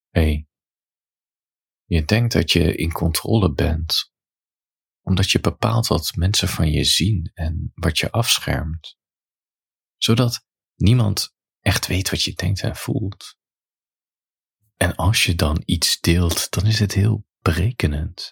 Hey, je denkt dat je in controle bent, omdat je bepaalt wat mensen van je zien en wat je afschermt, zodat niemand echt weet wat je denkt en voelt. En als je dan iets deelt, dan is het heel berekenend.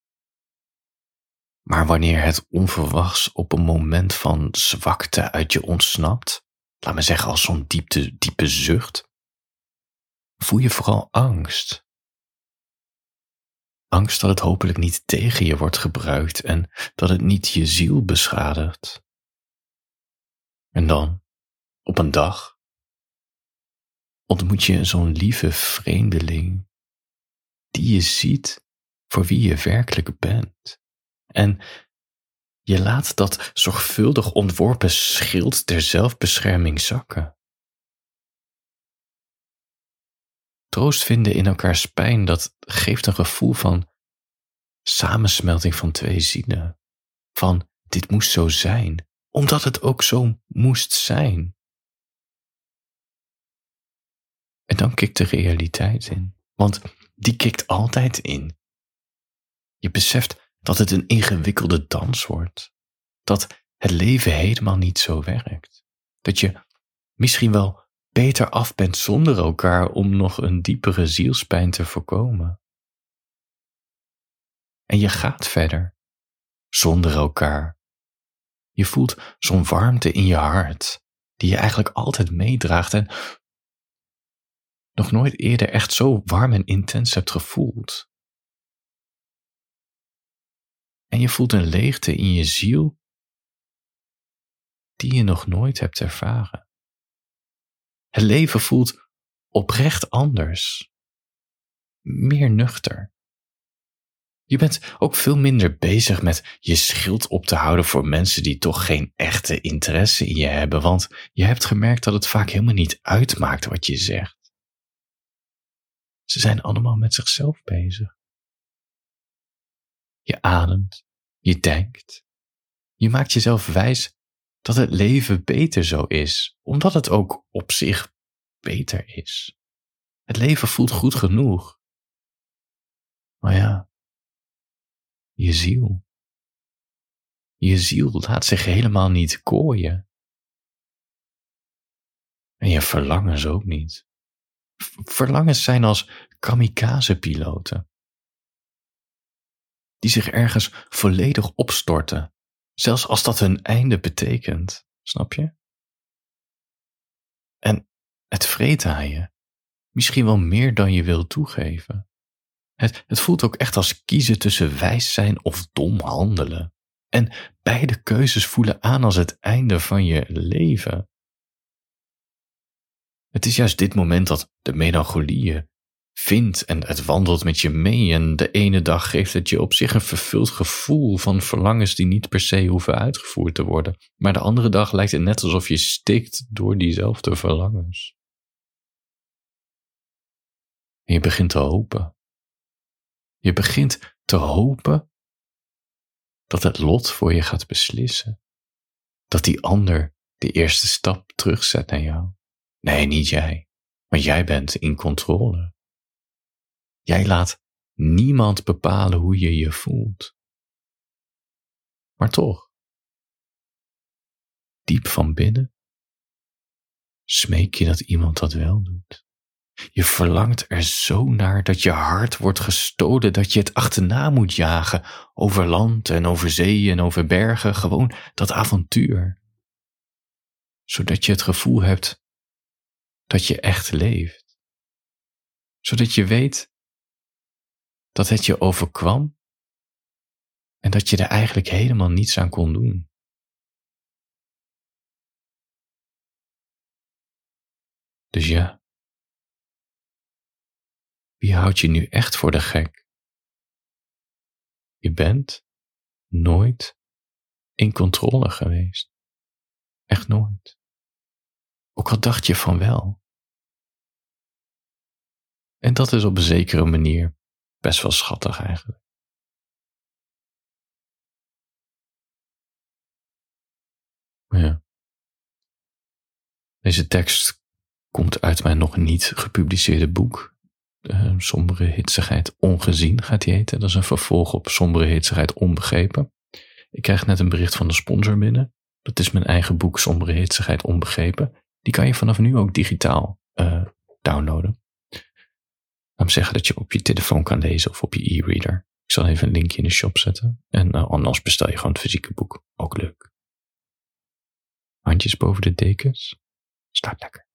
Maar wanneer het onverwachts op een moment van zwakte uit je ontsnapt, laat me zeggen als zo'n diepe zucht, voel je vooral angst. Angst dat het hopelijk niet tegen je wordt gebruikt en dat het niet je ziel beschadigt. En dan, op een dag, ontmoet je zo'n lieve vreemdeling die je ziet voor wie je werkelijk bent. En je laat dat zorgvuldig ontworpen schild der zelfbescherming zakken. Troost vinden in elkaars pijn, dat geeft een gevoel van samensmelting van twee zielen. Van dit moest zo zijn, omdat het ook zo moest zijn. En dan kikt de realiteit in, want die kikt altijd in. Je beseft dat het een ingewikkelde dans wordt. Dat het leven helemaal niet zo werkt. Dat je misschien wel beter af bent zonder elkaar om nog een diepere zielspijn te voorkomen. En je gaat verder, zonder elkaar. Je voelt zo'n warmte in je hart, die je eigenlijk altijd meedraagt en nog nooit eerder echt zo warm en intens hebt gevoeld. En je voelt een leegte in je ziel die je nog nooit hebt ervaren. Het leven voelt oprecht anders, meer nuchter. Je bent ook veel minder bezig met je schild op te houden voor mensen die toch geen echte interesse in je hebben, want je hebt gemerkt dat het vaak helemaal niet uitmaakt wat je zegt. Ze zijn allemaal met zichzelf bezig. Je ademt, je denkt, je maakt jezelf wijs dat het leven beter zo is, omdat het ook op zich beter is. Het leven voelt goed genoeg. Maar ja, je ziel laat zich helemaal niet kooien. En je verlangens ook niet. Verlangens zijn als kamikaze-piloten, die zich ergens volledig opstorten, zelfs als dat hun einde betekent, snap je? En het vreet aan je, misschien wel meer dan je wilt toegeven. Het voelt ook echt als kiezen tussen wijs zijn of dom handelen. En beide keuzes voelen aan als het einde van je leven. Het is juist dit moment dat de melancholie je vindt en het wandelt met je mee. En de ene dag geeft het je op zich een vervuld gevoel van verlangens die niet per se hoeven uitgevoerd te worden. Maar de andere dag lijkt het net alsof je stikt door diezelfde verlangens. En je begint te hopen. Je begint te hopen dat het lot voor je gaat beslissen. Dat die ander de eerste stap terugzet naar jou. Nee, niet jij. Want jij bent in controle. Jij laat niemand bepalen hoe je je voelt. Maar toch, diep van binnen, smeek je dat iemand dat wel doet. Je verlangt er zo naar dat je hart wordt gestolen, dat je het achterna moet jagen, over land en over zee en over bergen, gewoon dat avontuur. Zodat je het gevoel hebt dat je echt leeft. Zodat je weet dat het je overkwam en dat je er eigenlijk helemaal niets aan kon doen. Dus ja, wie houdt je nu echt voor de gek? Je bent nooit in controle geweest. Echt nooit. Ook al dacht je van wel. En dat is op een zekere manier best wel schattig eigenlijk. Ja. Deze tekst komt uit mijn nog niet gepubliceerde boek, Sombere hitsigheid ongezien gaat die heten. Dat is een vervolg op Sombere hitsigheid onbegrepen. Ik krijg net een bericht van de sponsor binnen. Dat is mijn eigen boek Sombere hitsigheid onbegrepen. Die kan je vanaf nu ook digitaal downloaden. Laat me zeggen dat je op je telefoon kan lezen of op je e-reader. Ik zal even een linkje in de shop zetten. En anders bestel je gewoon het fysieke boek. Ook leuk. Handjes boven de dekens. Staat lekker.